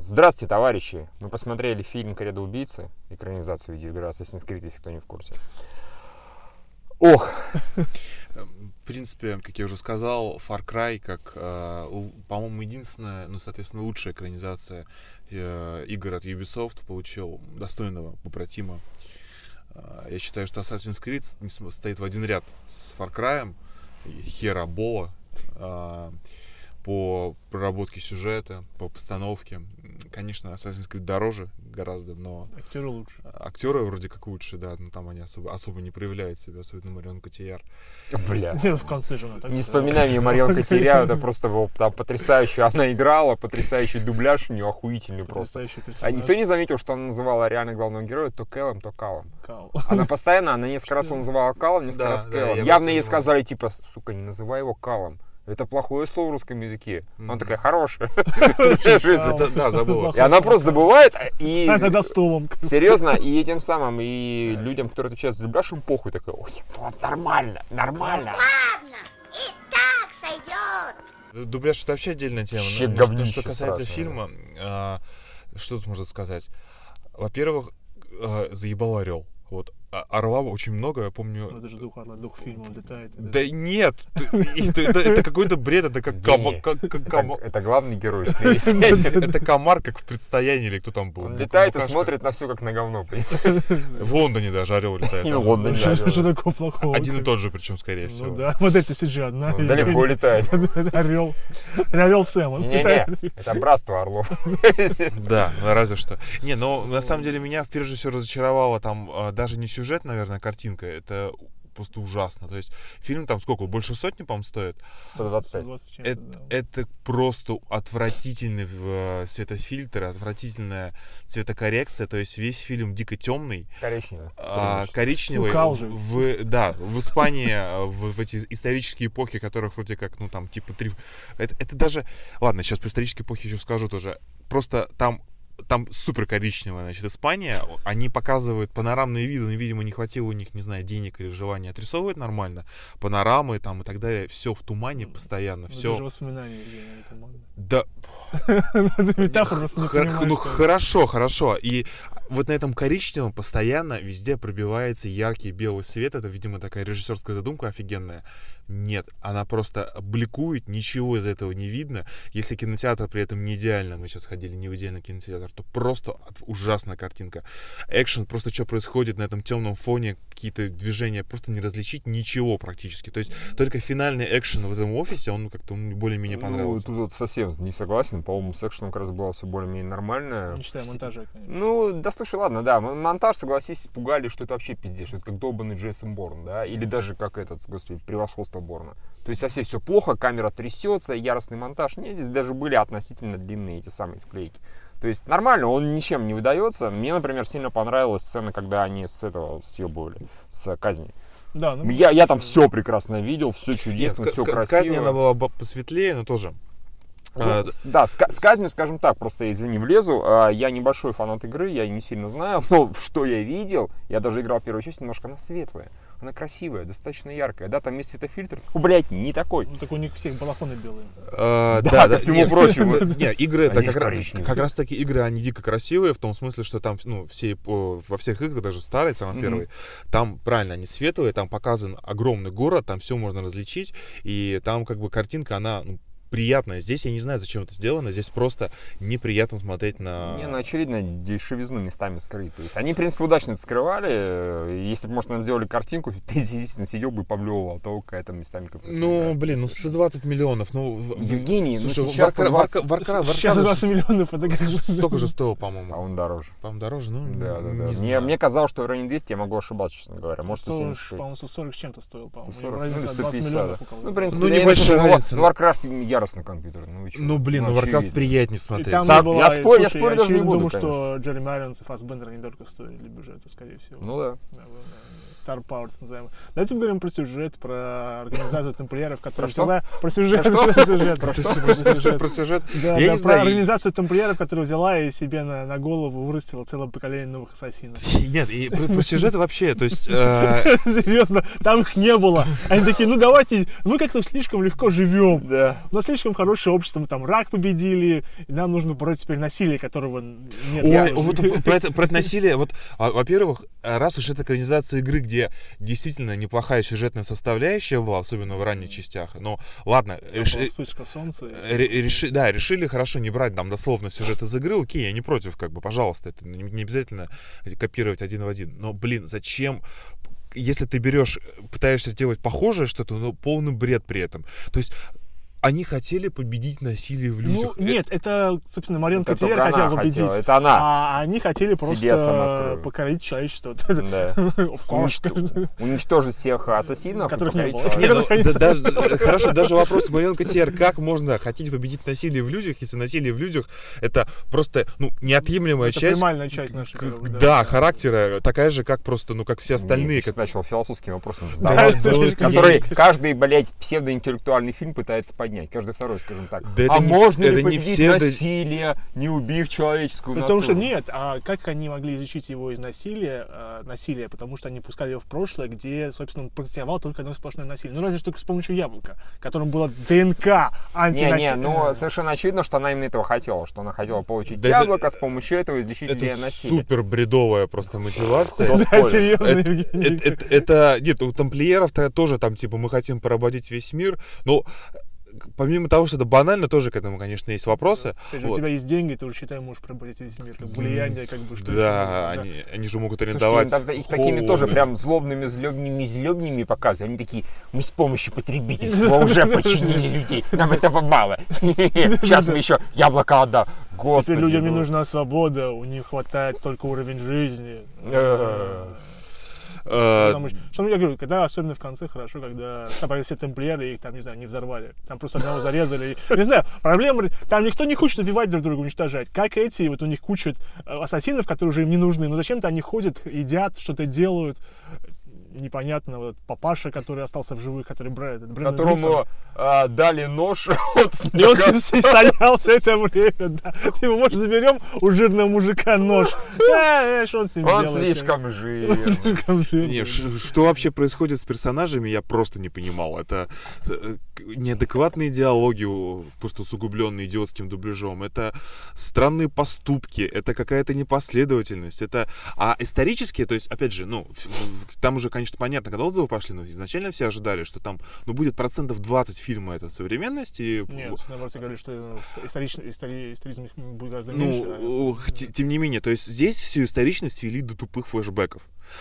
Здравствуйте, товарищи! Мы посмотрели фильм «Кредо убийцы», экранизацию видеоигры Assassin's Creed, если кто не в курсе. Ох! В принципе, как я уже сказал, Far Cry, как, по-моему, единственная, соответственно, лучшая экранизация игр от Ubisoft, получил достойного побратима. Я считаю, что Assassin's Creed стоит в один ряд с Far Cry, Хера Бола, по проработке сюжета, по постановке. Конечно, Assassin's Creed дороже гораздо, но... Актеры лучше. Актеры вроде как лучше, да, но там они особо не проявляют себя, особенно Марион Котийяр. Бля. В конце же она так Не вспоминай мне Марион Котийяр, это просто там потрясающе. Она играла, потрясающий дубляж, у нее охуительный просто. Потрясающий А персонаж. никто не заметил, что она называла реально главного героя то Кэллом, то Калом. Кал. Она несколько раз его называла Калом, несколько раз Да, Кэллом. я Явно ей понимаю. сказали, типа, сука, не называй его Калом. Это плохое слово в русском языке. Она такая, хорошая. Да, забыла. И она просто забывает, и... Иногда стулом. Серьезно, и этим самым, и людям, которые отвечают за дубляж, им похуй такой, ой, ладно, нормально. Ладно, и так сойдет. Дубляж — это вообще отдельная тема. Вообще Но говнище что касается страшное. фильма, что тут можно сказать? Во-первых, заебал орел. Вот орла очень много, я помню. Это же дух орла, дух фильма, он летает. Да нет, это какой-то бред, это как Гений. Это главный герой, скорее. это комар, как в «Предстоянии», или кто там был. Он летает и Букашка. смотрит на все как на говно. понимаешь? В Лондоне даже орел летает. И в Лондоне. Что такого плохого? Один и тот же, причем, скорее всего. Ну да, вот это CG одна. Он далеко летает. Орел. Орел Сэм. он Не-не, летает. это братство орлов. Да, разве что. Не, но на самом деле меня прежде всего разочаровало там даже не сюжет, наверное, картинка. Это просто ужасно. То есть фильм там сколько? Больше сотни, по-моему, стоит. 125. 120 с чем-то, да. Это просто отвратительный светофильтр, отвратительная цветокоррекция. То есть весь фильм дико темный, Коричневый. коричневый. Укал же. В Испании, в эти исторические эпохи, которых вроде как, там типа 3... Это даже... Ладно, сейчас про исторические эпохи еще скажу тоже. Просто там супер коричневая, значит, Испания. Они показывают панорамные виды, но, видимо, не хватило у них, не знаю, денег или желания отрисовывать нормально. Панорамы там и так далее. Все в тумане постоянно. Ну, Все... Даже воспоминания Евгения команды. Да. Это метафора просто не понимаешь, Ну, что- хорошо. И вот на этом коричневом постоянно везде пробивается яркий белый свет. Это, видимо, такая режиссерская задумка офигенная. Нет, она просто бликует, ничего из этого не видно. Если кинотеатр при этом не идеально, мы сейчас ходили не в идеальный кинотеатр, то просто ужасная картинка. Экшен, просто что происходит на этом темном фоне, какие-то движения, просто не различить ничего практически. То есть только финальный экшен в этом офисе, он как-то более-менее понравился. Ну, тут вот совсем не согласен. По-моему, с экшеном как раз было все более-менее нормально. Не считая монтажа, конечно. Ну, да слушай, ладно, да, монтаж, согласись, пугали, что это вообще пиздец, что это как долбанный Джейсон Борн, да, или даже как этот, господи, превосходство Борна. То есть совсем все плохо, камера трясется, яростный монтаж. Нет, здесь даже были относительно длинные эти самые склейки. То есть нормально, он ничем не выдается. Мне, например, сильно понравилась сцена, когда они с этого съебывали, с казни. Да, ну, Я там все прекрасно видел, все чудесно, все С казни красиво. она была посветлее, но тоже. Ну, да, с казнью, скажем так, просто, извини, влезу. Я небольшой фанат игры, я не сильно знаю, но что я видел, я даже играл в первую часть, немножко она светлая, она красивая, достаточно яркая. Да, там есть светофильтр, ну, блядь, не такой. Ну, так у них всех балахоны белые. Да, ко всему прочему. Нет, игры, это Они как коричневые. раз таки игры, они дико красивые, в том смысле, что там, во всех играх, даже старые, самые первые, там, правильно, они светлые, там показан огромный город, там все можно различить, и там, как бы, картинка, она, приятная. Здесь я не знаю, зачем это сделано. Здесь просто неприятно смотреть на... Не, ну, очевидно, дешевизну местами скрыть. То есть они, в принципе, удачно это скрывали. Если бы, может, нам сделали картинку, ты действительно сидел бы и поблевывал, то какая там местами... Ну, блин, 120 миллионов. Евгений, слушай, сейчас 120... Сейчас 20 миллионов, это как... столько же стоил, по-моему. А он дороже. По-моему, дороже, ну, Да. не знаю. Мне казалось, что в районе 200, я могу ошибаться, честно говоря. Может, 175. По-моему, 140 с чем-то стоил, по-моему. 140, Разница ну, 20 150. миллионов около. Ну, в принципе, Ну, я не небольшая слышал, разница. Warcraft яростный компьютер. Ну, вы чё? Ну, блин, Ну, Warcraft очевидно. приятнее И смотреть. там Сам- не было... я спорю Слушай, даже не очевидно буду, думаю, конечно. что Джереми Айронс и Фассбендер недорого стоили бюджета, скорее всего. Ну да. Да, Star Power, так называемый. Давайте поговорим про сюжет, про организацию тамплиеров, которая Про взяла... Про сюжет. Про сюжет. Да, Я да, не про знаю. организацию тамплиеров, которая взяла и себе на голову вырастила целое поколение новых ассасинов. Нет, и про сюжет вообще, то есть... Серьезно, там их не было. Они такие, ну давайте, мы как-то слишком легко живем. Да. У нас слишком хорошее общество, мы там рак победили, и нам нужно бороться теперь насилие, которого нет. Ой, вот про это насилие, вот, во-первых, раз уж это экранизация игры, где действительно неплохая сюжетная составляющая была, особенно в ранних частях, но ладно, Вспышка солнца. решили хорошо не брать там дословно сюжет из игры, окей, я не против, как бы, пожалуйста, это не обязательно копировать один в один, но, блин, зачем... Если ты берешь, пытаешься сделать похожее что-то, но полный бред при этом. То есть они хотели победить насилие в людях. Ну, нет, это, собственно, Марион Это Котильер только хотела она победить. хотела, это она. А они хотели Себе просто самооткрою. покорить человечество. Да. Of course. Уничтожить всех ассасинов, Которых и не покорить было. человека. Хорошо, даже вопрос Марион Котильер, как можно хотеть победить насилие в людях, если насилие в людях это просто, ну, неотъемлемая Это часть. примальная часть нашей игры, Да, характера, такая же, как просто, ну, как все остальные. Ты начал философским вопросом Да, задаваться, слишком который каждый, блядь, псевдоинтеллектуальный фильм пытается поднять. Каждый второй, скажем так. Да это А не- можно это ли не победить псевдо- насилие, не убив человеческую Потому что натуру? нет, а как они могли изучить его из насилия, потому что они пускали его в прошлое, где, собственно, он практиковал только одно сплошное насилие. Ну, разве что только с помощью яблока, которым было ДНК Не, антинасилия. ну совершенно очевидно, что она именно этого хотела, что она хотела получить Да это- яблоко, с помощью этого излечить Это людей насилие. супер бредовая просто мотивация. Кто Да, спорит? серьезно, Это, Евгений. это, нет, у тамплиеров тоже там, типа, мы хотим поработить весь мир, но помимо того, что это банально, тоже к этому, конечно, есть вопросы. Опять же, у Вот. тебя есть деньги, ты уже, считай, можешь поработить весь мир. Как влияние, как бы, что еще Да, можно, да. они же могут Слушайте, арендовать. иногда их такими холлы. тоже прям злобными, злобными показывают. Они такие, мы с помощью потребительства уже починили людей. Нам этого мало. Сейчас мы еще яблоко отдам. Господи. Теперь людям не ну. нужна свобода, у них хватает только уровень жизни. Потому что, я говорю, когда, особенно в конце, хорошо, когда собрались все тамплиеры, и их там, не знаю, не взорвали. Там просто одного зарезали. Не знаю, проблема, там никто не хочет убивать друг друга, уничтожать. Как эти, вот у них куча ассасинов, которые уже им не нужны. Но зачем-то они ходят, едят, что-то делают. Непонятно, вот папаша, который остался в живых, который Брэндон Которому дали нож. И он стоял все это время, да. Ты его, может, заберем у жирного мужика нож. Что он с ним Он делает? слишком Он жирный. слишком жирный. Не, что вообще происходит с персонажами, я просто не понимал. Это неадекватные диалоги, просто усугубленные идиотским дубляжом. Это странные поступки, это какая-то непоследовательность. Это... А исторически, то есть, опять же, ну, там уже, конечно, понятно, когда отзывы пошли, но изначально все ожидали, что там, ну, будет 20% фильма это современности. Нет, наоборот, все говорили, что историзм будет гораздо Ну, меньше. тем не менее, то есть здесь всю историчность свели до тупых флешбеков.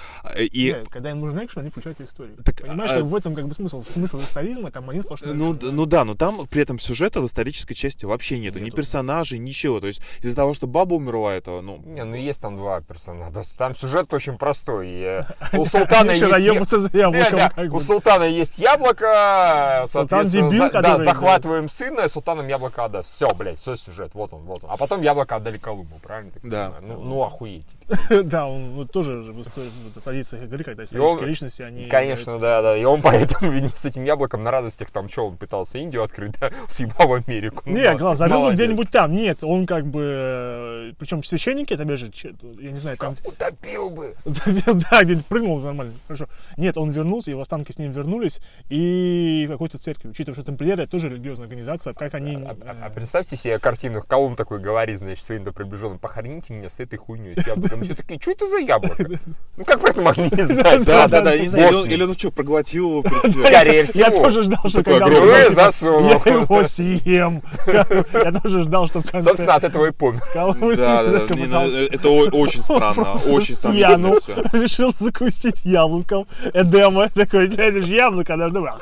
И, Нет, когда им нужен экшен, они включают историю. Так, Понимаешь, что в этом как бы смысл историзма, там один сплошной ну, экшен. ну да, но там при этом сюжета в исторической части вообще нету. Ни персонажей, ничего. То есть из-за того, что баба умерла, этого, ну... Не, ну есть там два персонажа. Там сюжет очень простой. И у Султана Они есть... наебутся за яблоком. Да, как у бы. Султана есть яблоко, Султан соответственно, дебил, да, который- захватываем сына, и Султаном яблоко отдаст. Все, блядь, все сюжет, вот он. А потом яблоко отдали Колумбу, правильно? Так Да. понимаю? Ну охуеть. Да, он ну, тоже в истории, в традициях игры, когда И исторические он- личности, они... Конечно, да. И он поэтому, видимо, с этим яблоком на радостях там, что он пытался Индию открыть, да, съебал в Америку. Ну, Не, глаз, забил молодец. где-нибудь там. Нет, он как бы... Причем священники, это опять же, я не знаю, там... Утопил бы. Да, где-нибудь прыгнул нормально. Хорошо. Нет, он вернулся, его останки с ним вернулись, и в какой-то церкви. Учитывая, что тамплиеры это тоже религиозная организация, как они... А представьте себе картину, Колумб такой говорит, значит, своим приближенным, похороните меня с этой хуйней, с яблоком. И все такие, что это за яблоко? Ну как про это могли не знать? Да, не знаю, Босс. или он что, проглотил его перед смертью? Скорее всего. Я тоже ждал, что Такой когда огромный. он Уже засунул. я его съем. Я тоже ждал, что в конце... Собственно, от этого и помер. Колумб Да, не, ну, попытался- это очень странно, Просто очень спьянул, сомнительно все. решил закусить яблоком. Эдема такой, это же яблоко, даже думаю.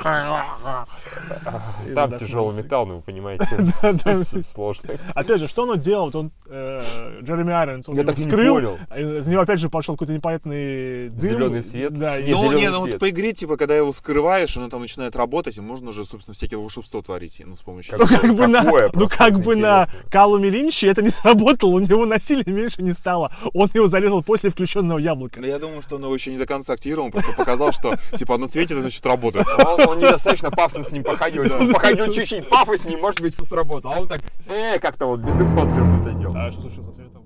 Там тяжелый металл, ну вы понимаете, Да, сложно. Опять же, что он делал? Вот он, Джереми Айронс, он Я его так и не вскрыл, понял. Из него опять же пошел какой-то непонятный дым. Зелёный свет. Да, и Нет, зелёный ну свет. вот по игре, типа, когда его скрываешь, оно там начинает работать, и можно уже, собственно, всякие волшебства творить, ну, с помощью... Ну, как бы Какое на, ну, просто как бы на интересно. Калуме Линче это не сработало, у него насилия меньше не стало. Он его зарезал после включенного яблока. Да я думаю, что он его еще не до конца активировал, он просто показал, что, типа, одно цвете, значит, работает. Он недостаточно пафосно с ним походил. Если он походил чуть-чуть пафоснее, может быть, все сработало. А он так, как-то вот без эмоций он это делал. А что случилось со светом?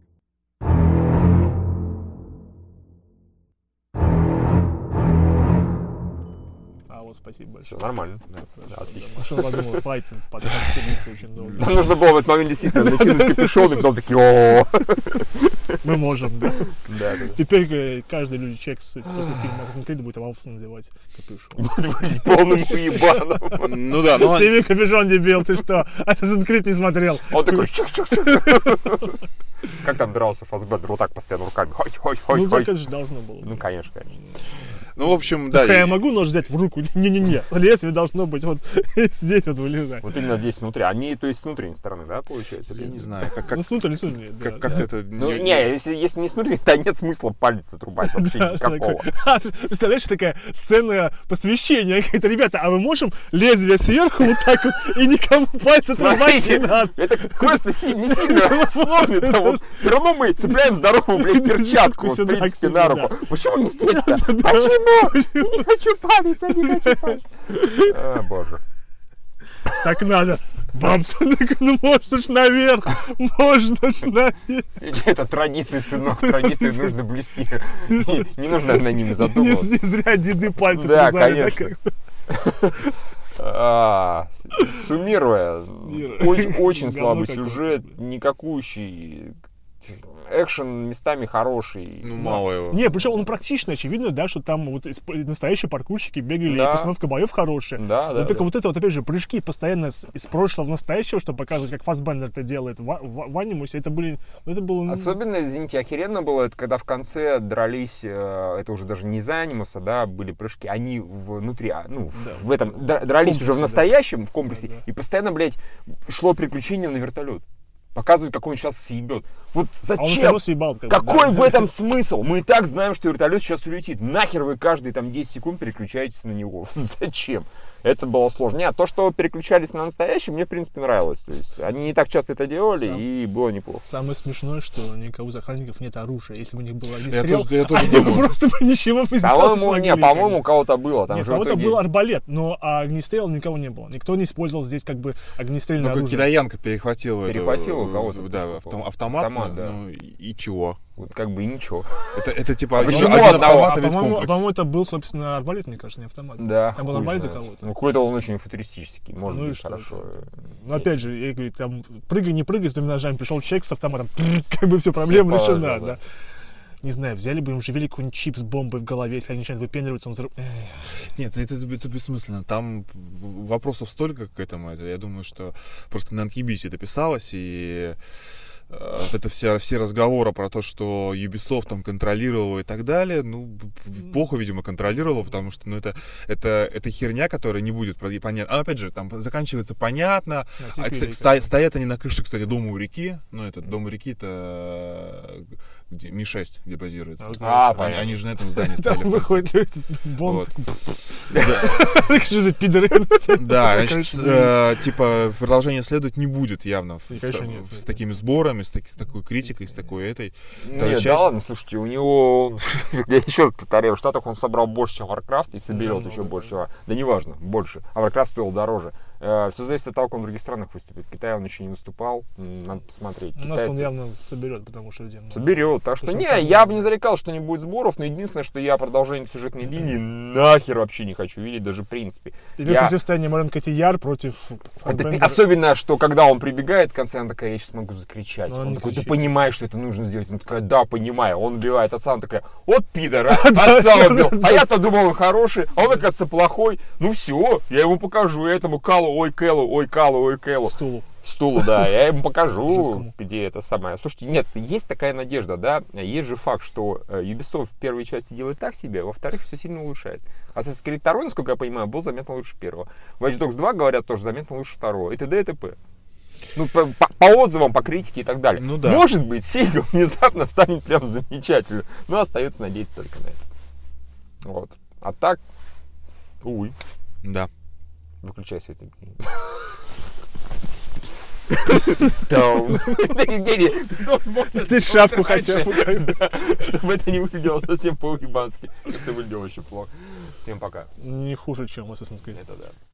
А вот спасибо большое. Все нормально. Хорошо, отлично. да. Машина подумала, Python подходится очень долго. Нам нужно было в этот момент действительно накинуть капюшон, и потом такие, о Мы можем, да. Да, да. Теперь каждый люди человек после фильма Assassin's Creed будет пафосно надевать капюшон. Будет выглядеть полным уебаном. Ну да, но... Сними капюшон, дебил, ты что? Assassin's Creed не смотрел. Он такой, чук-чук-чук. Как там дрался Фассбендер? Вот так постоянно руками. Ну, Хоть. так это же должно было. Ну, конечно, конечно. Ну, в общем, да. Так, а я могу нож взять в руку? Не-не-не. Лезвие должно быть вот здесь вот вылезать. Вот именно здесь внутри. Они, то есть, с внутренней стороны, да, получается? Я не знаю, как Ну, снутрь или снутрь? Да, как ты это... Ну, не, если не с внутренней, то нет смысла палец отрубать вообще никакого. Представляешь, такая сцена посвящения. Говорит, ребята, а мы можем лезвие сверху вот так вот и никому пальцы отрубать не Смотрите, надо? это квест не сильно сложный. Там все равно мы цепляем здоровую, блядь, перчатку, вот, в Сюда, принципе, сюда, на руку. Почему не здесь-то? Почему? Не хочу палец, я не хочу палец. А, боже. Так надо. Бамс, ну можно ж наверх, можно ж наверх. Это традиции, сынок, традиции нужно блюсти. Не нужно на ними задумываться. Не зря деды пальцы Да, отрезали, конечно. как бы. Суммируя, Суммируя. очень Говно слабый какое-то, сюжет, блин. никакущий. Экшен местами хороший. Ну, мало его. Не, причем он практичный, очевидно, да, что там вот настоящие паркурщики бегали, Да. и постановка боев хорошая. Да, Но да. только да. вот это вот, опять же, прыжки постоянно из прошлого в настоящее, чтобы показывать, как Фассбендер это делает в анимусе, это было... Особенно, извините, охеренно было, это когда в конце дрались, это уже даже не из анимуса, да, были прыжки, они внутри, в этом, дрались уже в комплексе, настоящем, в комплексе, Да, да. и постоянно, блядь, шло приключение на вертолет. Показывают, как он сейчас съебет. Вот А он все зачем? равно съебал. как бы, Какой да. в этом смысл? Мы и так знаем, что вертолет сейчас улетит. Нахер вы каждые там 10 секунд переключаетесь на него? Зачем? Это было сложно. Нет, то, что переключались на настоящий, мне, в принципе, нравилось. То есть они не так часто это делали, и было неплохо. Самое смешное, что никого из охранников нет оружия. Если бы у них было огнестрел, Я тоже они бы думаю. просто бы ничего бы сделать не По-моему, смогли. не, по-моему, у кого-то было. Там Нет, же у в кого-то итоге- был арбалет, но огнестрела никого не было. Никто не использовал здесь как бы огнестрельное Только оружие. Кидаянка перехватила Перехватила у кого-то, да, автомат, Автомат, да. ну, и чего? Вот как бы и ничего. Это типа А один почему один одного? автомат и весь по-моему, комплекс. по-моему, это был, собственно, арбалет, мне кажется, не автомат. Да. Там был хуй арбалет у знает. кого-то. Ну, какой-то он очень футуристический, может Ну и быть, что? хорошо. Но опять же, я говорю, там прыгай, не прыгай с двумя ножами, пришел человек с автоматом, как бы все, проблема Всё решена, положил, да. Не знаю, взяли бы им, вживили какой-нибудь чип с бомбой в голове, если они начинают выпендриваться, он взрыв... Нет, это бессмысленно. Там вопросов столько к этому. Я думаю, что просто на Анкибисе это писалось, и вот это все разговоры про то, что Ubisoft там контролировал и так далее, ну, плохо, видимо, контролировал, потому что, ну, это херня, которая не будет понятна. А опять же, там заканчивается понятно. Стоят они на крыше, кстати, дома у реки. Ну, этот дом у реки, это где, Ми-6, где базируется. Понятно. Они же на этом здании Там стояли. в конце. выходит Бонд. Вот. Что за пидоры? Да, Короче, значит, типа продолжение следует не будет явно Конечно, нет, с нет. такими сборами, с такой критикой, с такой этой. Вторая Нет, да часть. ладно, слушайте, у него, я еще раз повторяю, в Штатах он собрал больше, чем Warcraft, и соберет Да, еще много, больше. Да неважно, больше. А Warcraft стоил дороже. Все зависит от того, как он в других странах выступит. В Китае он еще не выступал, надо посмотреть. У нас он Китайцы явно соберет, потому что где соберет. Так что Потому не, что там- я бы не зарекал, что не будет сборов, но единственное, что я продолжение сюжетной линии нахер вообще не хочу видеть, даже в принципе. Или Я- противостояние Марен Котияр против Это Фассбендера. особенно, что когда он прибегает в конце, она такая, я сейчас могу закричать. Но он Он не такой, ты кричит. понимаешь, что это нужно сделать? Он такая, да, понимаю. Он убивает отца, она такая, вот пидор, отца убил. А я-то думал, он хороший, а он, оказывается, плохой. Ну все, я ему покажу, я этому Калу, ой, Кэлу, ой, Калу, ой, Кэлу. Стулу. Стулу, да, я ему покажу, Жуткому. где это самое. Слушайте, нет, есть такая надежда, да, есть же факт, что Ubisoft в первой части делает так себе, а во вторых все сильно улучшает. Assassin's Creed 2, насколько я понимаю, был заметно лучше первого. Watch Dogs 2, говорят, тоже заметно лучше второго. И т.д. и т.п. Ну, по отзывам, по критике и так далее. Ну да. Может быть, Сейга внезапно станет прям замечательным. Но остается надеяться только на это. Вот. А так, увы. Да. Выключай свет. Евгений, Ты шапку хотя бы. чтобы это не выглядело совсем по-уебански. Если выглядело очень плохо. Всем пока. Не хуже, чем в Assassin's Creed. Это да.